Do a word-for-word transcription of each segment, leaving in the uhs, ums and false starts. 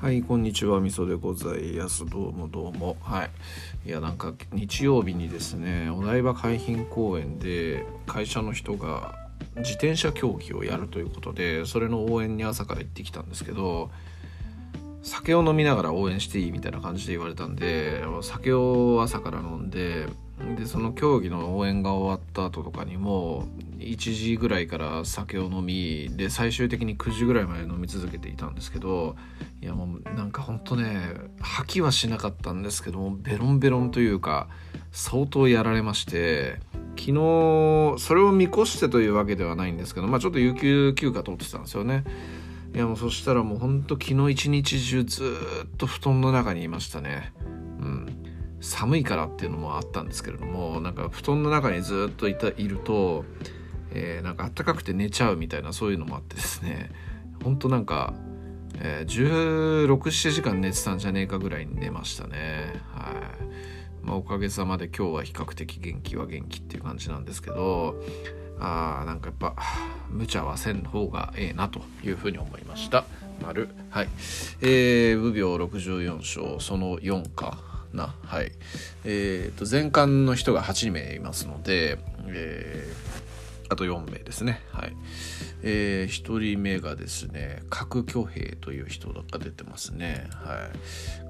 はい、こんにちは、みそでございます。どうもどうも。はい。いや、なんか日曜日にですね、お台場海浜公園で会社の人が自転車競技をやるということで、それの応援に朝から行ってきたんですけど、酒を飲みながら応援していいみたいな感じで言われたんで、酒を朝から飲んで、でその競技の応援が終わった後とかにもいちじぐらいから酒を飲みで、最終的にくじぐらいまで飲み続けていたんですけど、いやもうなんかほんとね、吐きはしなかったんですけども、ベロンベロンというか相当やられまして、昨日それを見越してというわけではないんですけど、まあちょっと有給休暇取ってたんですよね。いやもうそしたらもうほんと昨日一日中ずっと布団の中にいましたね。うん、寒いからっていうのもあったんですけれども、なんか布団の中にずっといたいると、えー、なんか暖かくて寝ちゃうみたいな、そういうのもあってですね、ほんとなんか、えー、じゅうろく、ななじかん寝てたんじゃねえかぐらいに寝ましたね。はい。まあおかげさまで今日は比較的元気は元気っていう感じなんですけど、あーなんかやっぱ無茶はせん方がええなというふうに思いました。丸。はい。えー、武病ろくじゅうよん章そのよんかな。はい。えーと前巻の人がはち名いますので、えー、あとよん名ですね。はい。えー、ひとりめがですね、角挙兵という人が出てますね。はい。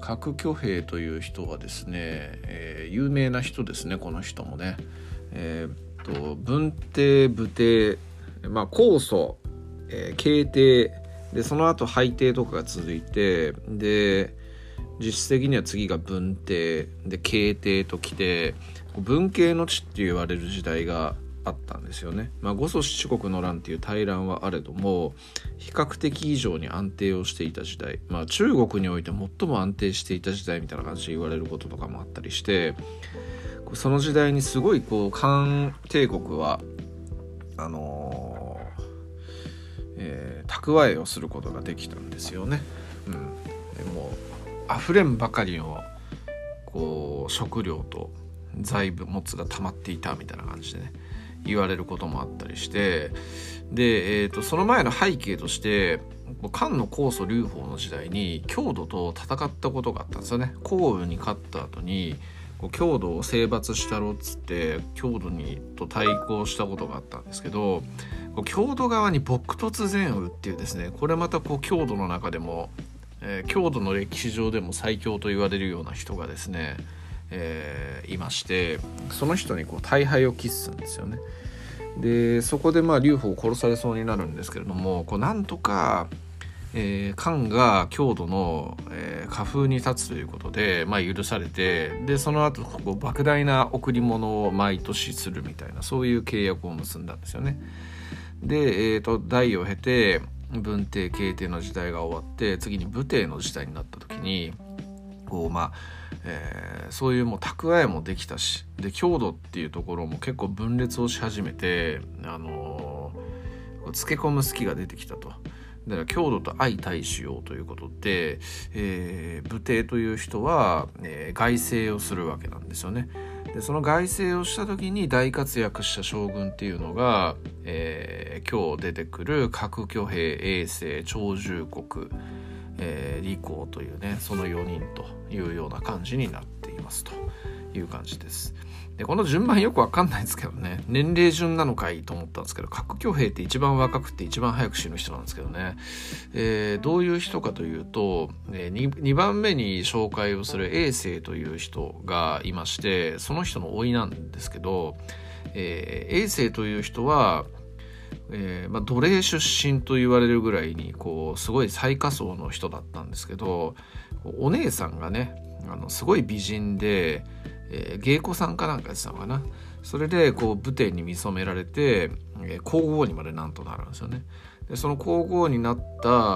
角挙兵という人はですね、えー、有名な人ですね。この人もね。えーと文帝武帝、まあ高祖、えー、慶帝で、その後拝帝とかが続いて、で実質的には次が文帝で慶帝ときて、文系の地って言われる時代があったんですよね。まあ五祖七国の乱っていう大乱はあれども、比較的以上に安定をしていた時代、まあ中国において最も安定していた時代みたいな感じで言われることとかもあったりして、その時代にすごいこう漢帝国はあのーえー、蓄えをすることができたんですよね。うん、でも溢れんばかりのこう食料と財物が溜まっていたみたいな感じでね、言われることもあったりして、で、えーと、その前の背景として漢の高祖劉邦の時代に匈奴と戦ったことがあったんですよね。項羽に勝った後に匈奴を征伐したろっつって匈奴にと対抗したことがあったんですけど、匈奴側に朴突善雨っていうですね、これまたこう匈奴の中でも、えー、匈奴の歴史上でも最強と言われるような人がですね、えー、いまして、その人にこう大敗を喫すんですよね。でそこでまあ劉邦を殺されそうになるんですけれども、こうなんとかえー、漢が匈奴の、えー、下風に立つということで、まあ、許されて、でその後ここ莫大な贈り物を毎年するみたいな、そういう契約を結んだんですよね。で、えーと、代を経て文帝慶帝の時代が終わって、次に武帝の時代になった時にこう、まあえー、そういうもう蓄えもできたし、で匈奴っていうところも結構分裂をし始めて、あのー、つけ込む隙が出てきたと。だから匈奴と相対しようということで、えー、武帝という人は、えー、外政をするわけなんですよね。でその外政をした時に大活躍した将軍っていうのが、えー、今日出てくる角挙兵、永世、長寿国、えー、李光というね、そのよにんというような感じになっていますという感じです。でこの順番よくわかんないですけどね、年齢順なのかいと思ったんですけど、角挙兵って一番若くて一番早く死ぬ人なんですけどね、えー、どういう人かというと、えー、に, にばんめに紹介をする永世という人がいまして、その人の甥なんですけど、えー、永世という人は、えーまあ、奴隷出身と言われるぐらいにこうすごい最下層の人だったんですけど、お姉さんがね、あのすごい美人で、えー、芸妓さんかなんかやってたのかな。それでこう武帝に見初められて、えー、皇后にまでなんとなるんですよね。でその皇后になった、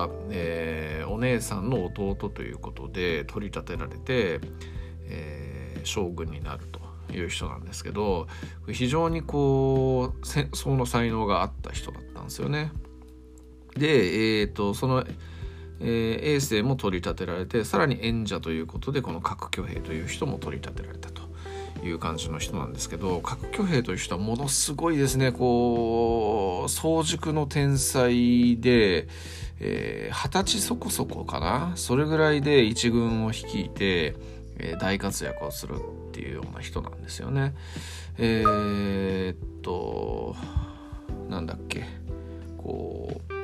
えー、お姉さんの弟ということで取り立てられて、えー、将軍になるという人なんですけど、非常にこう戦争の才能があった人だったんですよね。で、えーと、そのえー、永世も取り立てられて、さらに縁者ということでこの角挙兵という人も取り立てられたという感じの人なんですけど、角挙兵という人はものすごいですね、こう早熟の天才で、 えー、はたちそこそこかな、それぐらいで一軍を率いて、えー、大活躍をするっていうような人なんですよね。えー、っとなんだっけこう、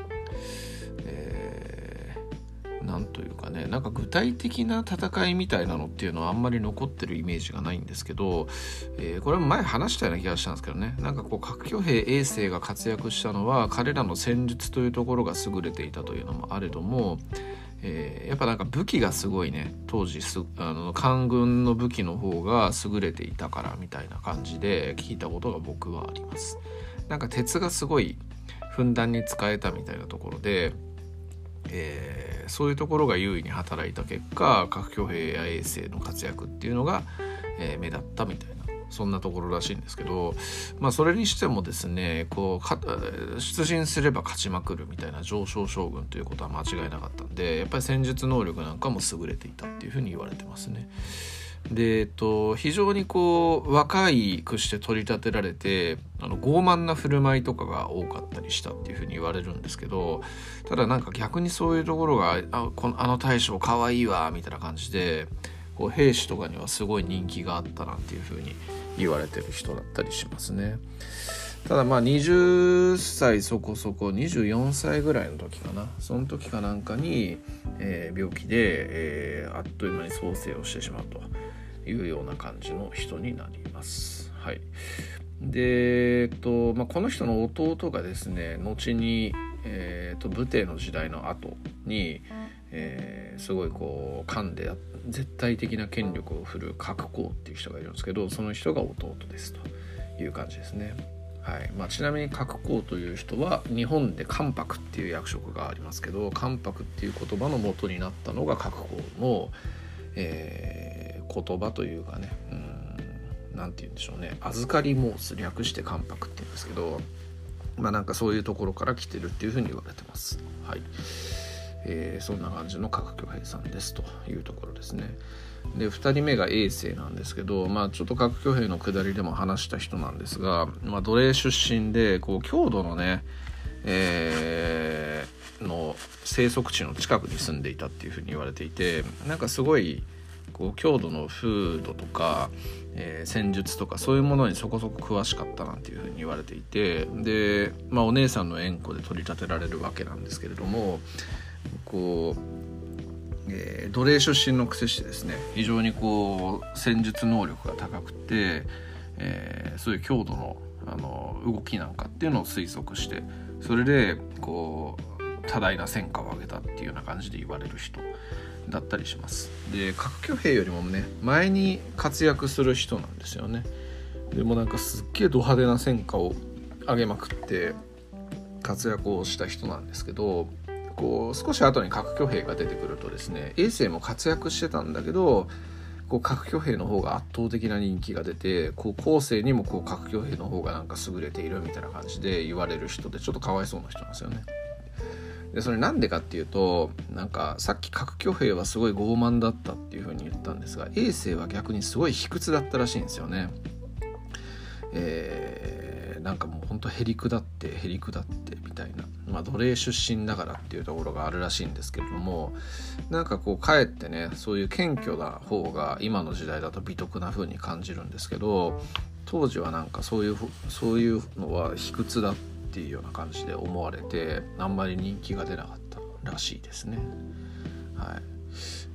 えー、なんというかね、なんか具体的な戦いみたいなのっていうのはあんまり残ってるイメージがないんですけど、えー、これも前話したような気がしたんですけどね、なんかこう核挙兵衛星が活躍したのは彼らの戦術というところが優れていたというのもあれども、えー、やっぱなんか武器がすごいね、当時すあの官軍の武器の方が優れていたからみたいな感じで聞いたことが僕はあります。なんか鉄がすごいふんだんに使えたみたいなところで、えー、そういうところが優位に働いた結果、核挙兵や衛星の活躍っていうのが、えー、目立ったみたいな、そんなところらしいんですけど、まあそれにしてもですね、こうか出陣すれば勝ちまくるみたいな常勝将軍ということは間違いなかったんで、やっぱり戦術能力なんかも優れていたっていうふうに言われてますね。で、えっと、非常にこう若いくして取り立てられて、あの傲慢な振る舞いとかが多かったりしたっていうふうに言われるんですけど、ただなんか逆にそういうところが あ, このあの大将かわいいわみたいな感じで、こう兵士とかにはすごい人気があったなんていうふうに言われてる人だったりしますね。ただまあにじゅっさいそこそこにじゅうよんさいぐらいの時かな、その時かなんかに、えー、病気で、えー、あっという間に早逝をしてしまうというような感じの人になります。はい。で、えっとまあ、この人の弟がですね、後に、えー、と武帝の時代の後に、えー、すごいこう漢で絶対的な権力を振るう郭公っていう人がいるんですけど、その人が弟ですという感じですね。はい。まあ、ちなみに郭公という人は日本で関白っていう役職がありますけど、関白っていう言葉の元になったのが郭公の、えー、言葉というかね、うん、なんて言うんでしょうね、預かり申す、略して関白って言うんですけど、まあなんかそういうところから来てるっていうふうに言われてます。はい。えー、そんな感じの郭挙兵さんですというところですね。でふたりめが衛星なんですけど、まあちょっと郭挙兵の下りでも話した人なんですが、まあ、奴隷出身でこう郷土のね、えー、の生息地の近くに住んでいたっていうふうに言われていて、なんかすごいこう郷土の風土とか、えー、戦術とかそういうものにそこそこ詳しかったなんていうふうに言われていて、で、まあ、お姉さんの縁故で取り立てられるわけなんですけれども、こう、えー、奴隷出身のくせしてですね、非常にこう戦術能力が高くて、えー、そういう郷土の、あの動きなんかっていうのを推測して、それでこう多大な戦果を上げたっていうような感じで言われる人だったりします。で郭挙兵よりもね前に活躍する人なんですよね。でもなんかすっげえド派手な戦果を上げまくって活躍をした人なんですけど、こう少し後に郭挙兵が出てくるとですね、衛星も活躍してたんだけど、こう郭挙兵の方が圧倒的な人気が出て、こう後世にもこう郭挙兵の方がなんか優れているみたいな感じで言われる人で、ちょっとかわいそうな人なんですよね。でそれなんでかっていうと、なんかさっき郭挙兵はすごい傲慢だったっていう風に言ったんですが、衛星は逆にすごい卑屈だったらしいんですよね。えー、なんかもうほんとへりくだってへりくだってみたいな、まあ奴隷出身だからっていうところがあるらしいんですけれども、なんかこうかえってね、そういう謙虚な方が今の時代だと美徳な風に感じるんですけど、当時はなんかそういうそういうのは卑屈だっていうような感じで思われて、あんまり人気が出なかったらしいですね。はい。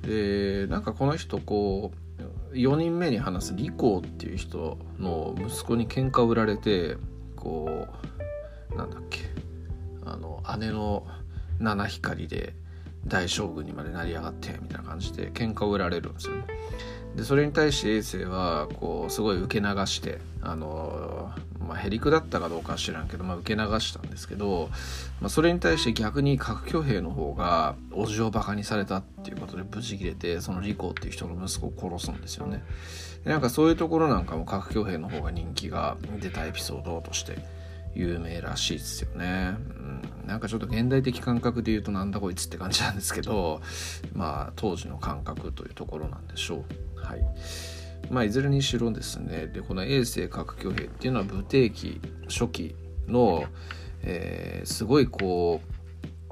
でなんかこの人こうよにんめに話す李光っていう人の息子に喧嘩を売られて、こうなんだっけ、あの姉の七光で大将軍にまで成り上がってみたいな感じで喧嘩を売られるんですよね。でそれに対して衛星はこうすごい受け流して、あのまあへりくだったかどうかは知らんけど、まあ、受け流したんですけど、まあ、それに対して逆に郭挙兵の方が叔父をバカにされたっていうことでブチ切れて、その李光っていう人の息子を殺すんですよね。でなんかそういうところなんかも郭挙兵の方が人気が出たエピソードとして有名らしいですよね。うん、なんかちょっと現代的感覚で言うとなんだこいつって感じなんですけど、まあ当時の感覚というところなんでしょう。はい。まあいずれにしろですね、でこの衛星郭挙兵っていうのは武帝期初期の、えー、すごいこう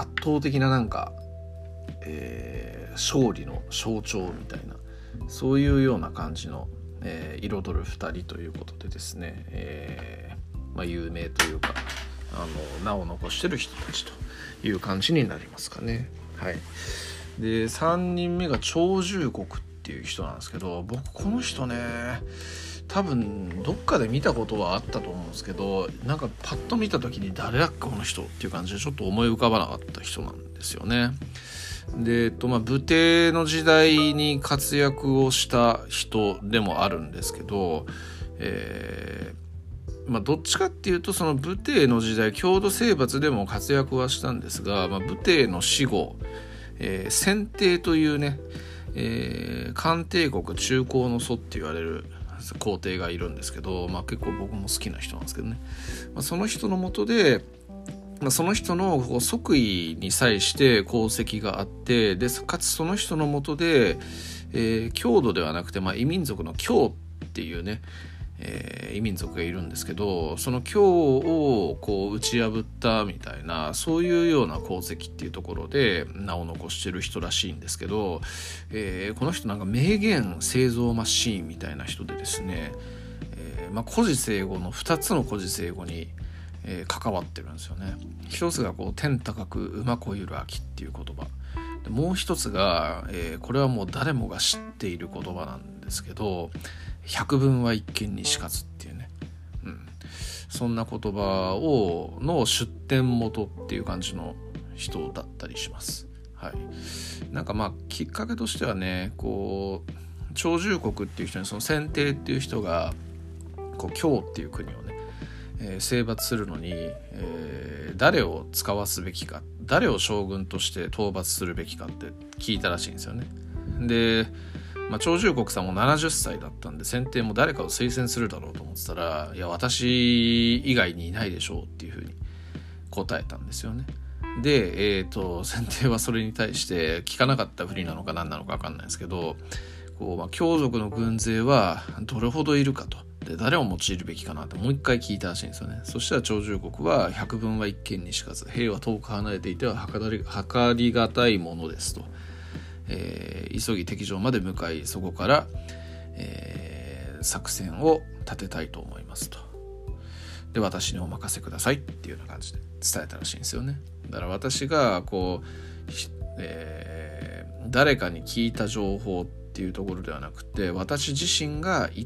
圧倒的ななんか、えー、勝利の象徴みたいな、そういうような感じの、えー、彩るふたりということでですね、えーまあ、有名というかあの名を残してる人たちという感じになりますかね。はい。でさんにんめが長寿国っていう人なんですけど、僕この人ね多分どっかで見たことはあったと思うんですけど、なんかパッと見た時に誰だっけこの人っていう感じでちょっと思い浮かばなかった人なんですよね。で、えっとまあ、武帝の時代に活躍をした人でもあるんですけど、えーまあ、どっちかっていうとその武帝の時代郷土征伐でも活躍はしたんですが、まあ、武帝の死後、えー、先帝というね、えー、漢帝国中興の祖って言われる皇帝がいるんですけど、まあ、結構僕も好きな人なんですけどね、まあ、その人の下で、まあ、その人の即位に際して功績があって、でかつその人の下で、えー、郷土ではなくて、まあ、異民族の羌っていうね、えー、異民族がいるんですけど、その羌をこう打ち破ったみたいな、そういうような功績っていうところで名を残してる人らしいんですけど、えー、この人なんか名言製造マシーンみたいな人でですね、えーまあ、古事成語のふたつの古事成語に、えー、関わってるんですよね。一つがこう天高く馬こゆる秋っていう言葉で、もう一つが、えー、これはもう誰もが知っている言葉なんですけど、百聞は一見にしかずっていうね、うん、そんな言葉をの出典元っていう感じの人だったりします。はい。なんかまあきっかけとしてはね、こう長寿国っていう人にその先帝っていう人がこう羌っていう国をね、えー、征伐するのに、えー、誰を使わすべきか、誰を将軍として討伐するべきかって聞いたらしいんですよね。でまあ、長寿国さんもななじゅっさいだったんで、先帝も誰かを推薦するだろうと思ってたら、いや私以外にいないでしょうっていうふうに答えたんですよね。で、えーと、先帝はそれに対して聞かなかったふりなのか何なのか分かんないですけど、こう、まあ、羌族の軍勢はどれほどいるかと、で誰を用いるべきかなってもう一回聞いたらしいんですよね。そしたら長寿国は百聞は一見にしかず、兵は遠く離れていては計り、計りがたいものですと。えー、急ぎ敵場まで向かい、そこから、えー、作戦を立てたいと思いますと。で私にお任せくださいっていうような感じで伝えたらしいんですよね。だから私がこう、えー、誰かに聞いた情報っていうところではなくて、私自身が行って、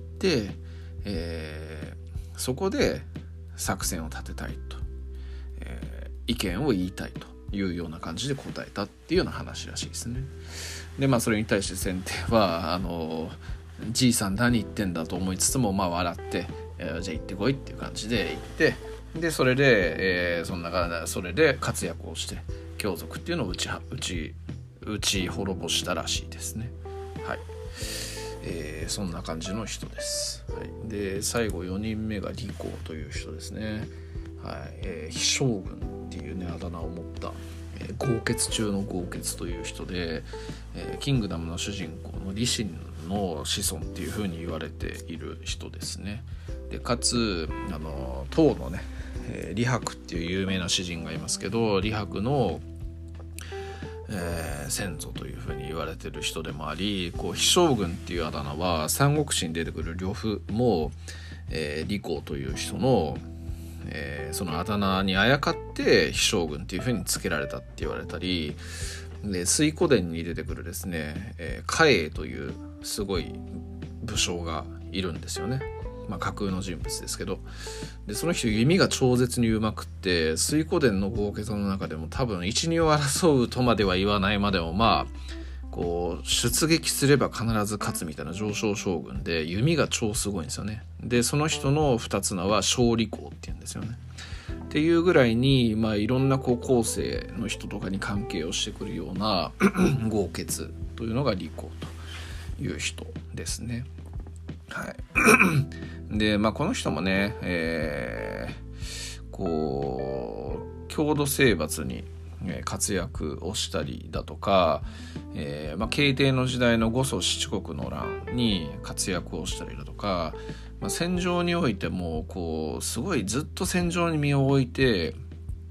えー、そこで作戦を立てたいと、えー、意見を言いたいというような感じで答えたっていうような話らしいですね。でまあそれに対して先帝はあのじいさん何言ってんだと思いつつもまあ笑って、えー、じゃあ行ってこいっていう感じで行って、でそれで、えー、そんなそれで活躍をして羌族っていうのを打ち打ち打ち滅ぼしたらしいですね。はい。えー、そんな感じの人です。はい、で最後よにんめが李光という人ですね。はい。えー、飛将軍っていうねあだ名を持った、えー、豪傑中の豪傑という人で、えー、キングダムの主人公の李信の子孫っていう風に言われている人ですね。でかつあの唐のね、えー、李白っていう有名な詩人がいますけど、李白のえー、先祖というふうに言われてる人でもあり、こう飛将軍っていうあだ名は三国志に出てくる呂布も、えー、李光という人の、えー、そのあだ名にあやかって飛将軍っていうふうにつけられたって言われたりで、水滸伝に出てくるですね、えー、嘉永というすごい武将がいるんですよね。まあ、架空の人物ですけど、でその人弓が超絶にうまくって、水滸伝の豪傑の中でも多分一二を争うとまでは言わないまでもまあこう出撃すれば必ず勝つみたいな上昇将軍で、弓が超すごいんですよね。でその人の二つ名は小李光っていうんですよね。っていうぐらいに、まあ、いろんなこう後世の人とかに関係をしてくるような豪傑というのが李光という人ですね。はい、で、まあ、この人もね、えー、こう郷土征伐に活躍をしたりだとか、えーまあ、慶帝の時代の五祖七国の乱に活躍をしたりだとか、まあ、戦場においてもこうすごいずっと戦場に身を置いて、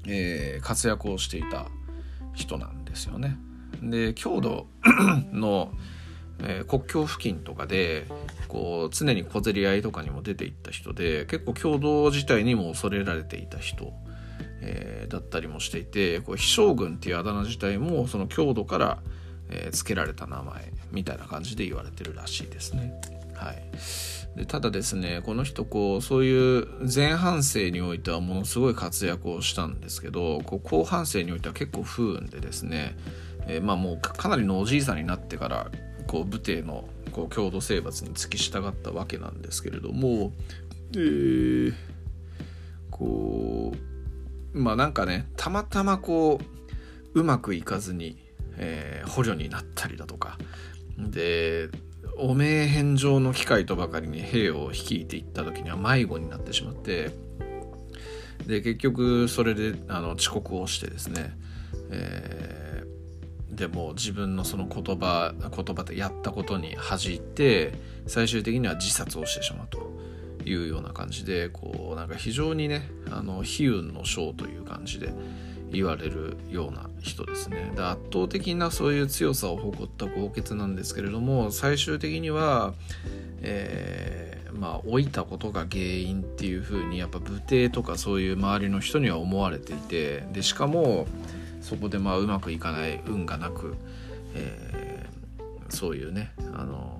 えー、活躍をしていた人なんですよね。で郷土の、えー、国境付近とかでこう常に小競り合いとかにも出ていった人で、結構郷土自体にも恐れられていた人、えー、だったりもしていて、こう飛将軍っていうあだ名自体もその郷土から、えー、付けられた名前みたいな感じで言われてるらしいですね。はい、でただですね、この人こうそういう前半生においてはものすごい活躍をしたんですけど、こう後半生においては結構不運でですね、えー、まあもうかなりのおじいさんになってからこう武帝のこう郷土征伐に付き従ったわけなんですけれども、えー、こうまあなんかね、たまたまこううまくいかずに、えー、捕虜になったりだとかで、汚名返上の機会とばかりに兵を率いていった時には迷子になってしまって、で結局それであの遅刻をしてですね、えー、でも自分のその言葉言葉でやったことに恥じて最終的には自殺をしてしまうというような感じで、こうなんか非常にね、あの悲運の将という感じで言われるような人ですね。で圧倒的なそういう強さを誇った豪傑なんですけれども、最終的には、えー、まあ老いたことが原因っていう風にやっぱ武帝とかそういう周りの人には思われていて、でしかもそこでまあうまくいかない運がなく、えー、そういうね、あの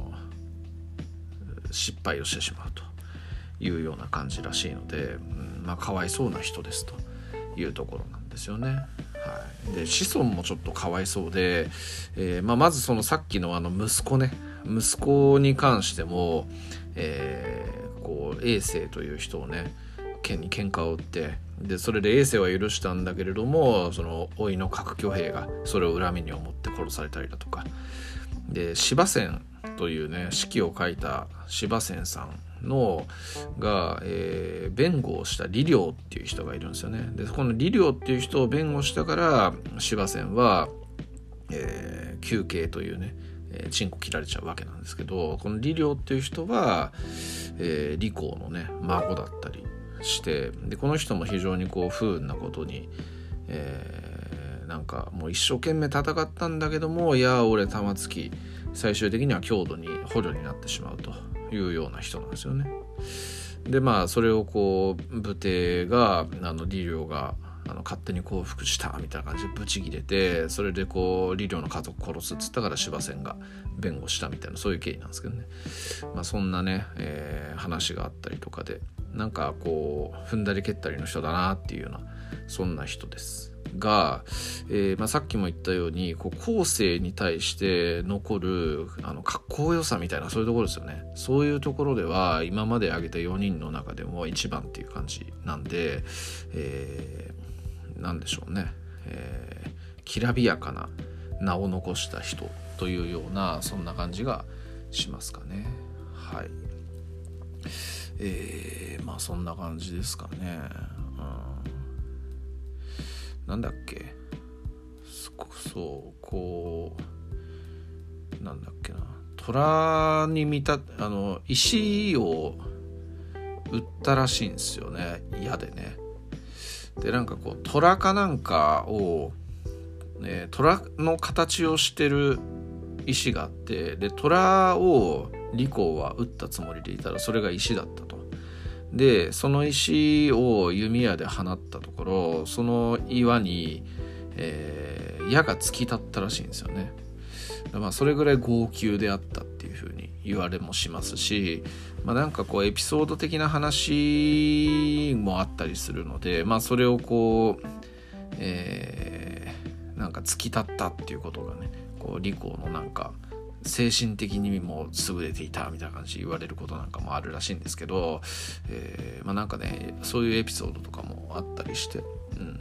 ー、失敗をしてしまうというような感じらしいので、うん、まあかわいそうな人ですというところなんですよね。はい、で子孫もちょっとかわいそうで、えーまあ、まずそのさっきのあの息子ね、息子に関しても、えー、こう衛生という人をね剣に喧嘩を打って、でそれで衛生は許したんだけれども、その甥いの格挙兵がそれを恨みに思って殺されたりだとかで、司馬遷というね史記を書いた司馬遷さんのが、えー、弁護をした李陵っていう人がいるんですよね。でこの李陵っていう人を弁護したから司馬遷は、えー、休刑というね、えー、チンコ切られちゃうわけなんですけど、この李陵っていう人は、えー、李光のね孫だったりして、でこの人も非常にこう不運なことに、えー、なんかもう一生懸命戦ったんだけども、いや俺玉突き最終的には郷土に捕虜になってしまうというような人なんですよね。でまあそれをこう武帝があの李陵があの勝手に降伏したみたいな感じでブチ切れて、それでこう李陵の家族殺すっつったから司馬遷が弁護したみたいな、そういう経緯なんですけどね。まあそんなね、えー、話があったりとかで、なんかこう踏んだり蹴ったりの人だなっていうようなそんな人ですが、えーまあ、さっきも言ったようにこう後世に対して残るあのかっこよさみたいな、そういうところですよね。そういうところでは今まで挙げたよにんの中でも一番っていう感じなんで、えー、なんでしょうね、えー、きらびやかな名を残した人というようなそんな感じがしますかね。はい、えー、まあそんな感じですかね。なんだっけ、そうこうなんだっけな、虎に見たあの石を売ったらしいんですよね、矢でね。でなんかこう虎かなんかを、ね、虎の形をしてる石があって、で虎を李光は撃ったつもりでいたらそれが石だったと。でその石を弓矢で放ったところ、その岩に、えー、矢が突き立ったらしいんですよね。まあそれぐらい号泣であったっていう風に言われもしますし、まあ、なんかこうエピソード的な話もあったりするので、まあそれをこう、えー、なんか突き立ったっていうことがね、こう李光のなんか精神的にも優れていたみたいな感じで言われることなんかもあるらしいんですけど、えー、まあなんかねそういうエピソードとかもあったりして、うん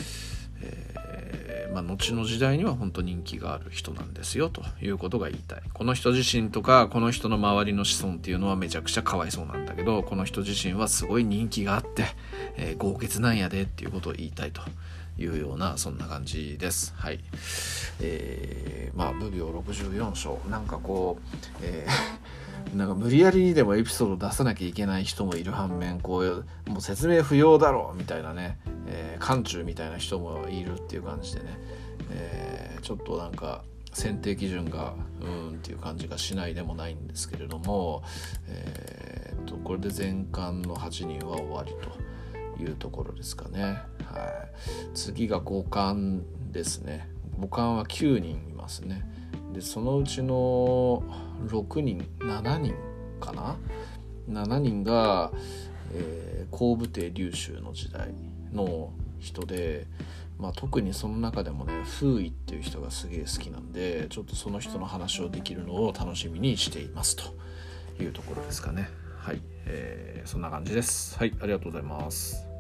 えーまあ、後の時代には本当人気がある人なんですよということが言いたい。この人自身とかこの人の周りの子孫っていうのはめちゃくちゃかわいそうなんだけど、この人自身はすごい人気があって、えー、豪傑なんやでっていうことを言いたいというようなそんな感じです。はい、えー、まあ武病ろくじゅうよん章、なんかこう、えー、なんか無理やりにでもエピソード出さなきゃいけない人もいる反面、こういうもう説明不要だろうみたいなね、 えー、漢中みたいな人もいるっていう感じでね、えー、ちょっとなんか選定基準がうーんっていう感じがしないでもないんですけれども、えー、とこれで前巻のはちにんは終わりというところですかね。はい、次がごかんですね。ごかんはきゅうにんいますね。でそのうちのろくにんしちにんかなしちにんが、えー、皇武帝劉州の時代の人で、まあ、特にその中でもね風衣っていう人がすげえ好きなんで、ちょっとその人の話をできるのを楽しみにしていますというところですかね。はい、えー、そんな感じです。はい、ありがとうございます。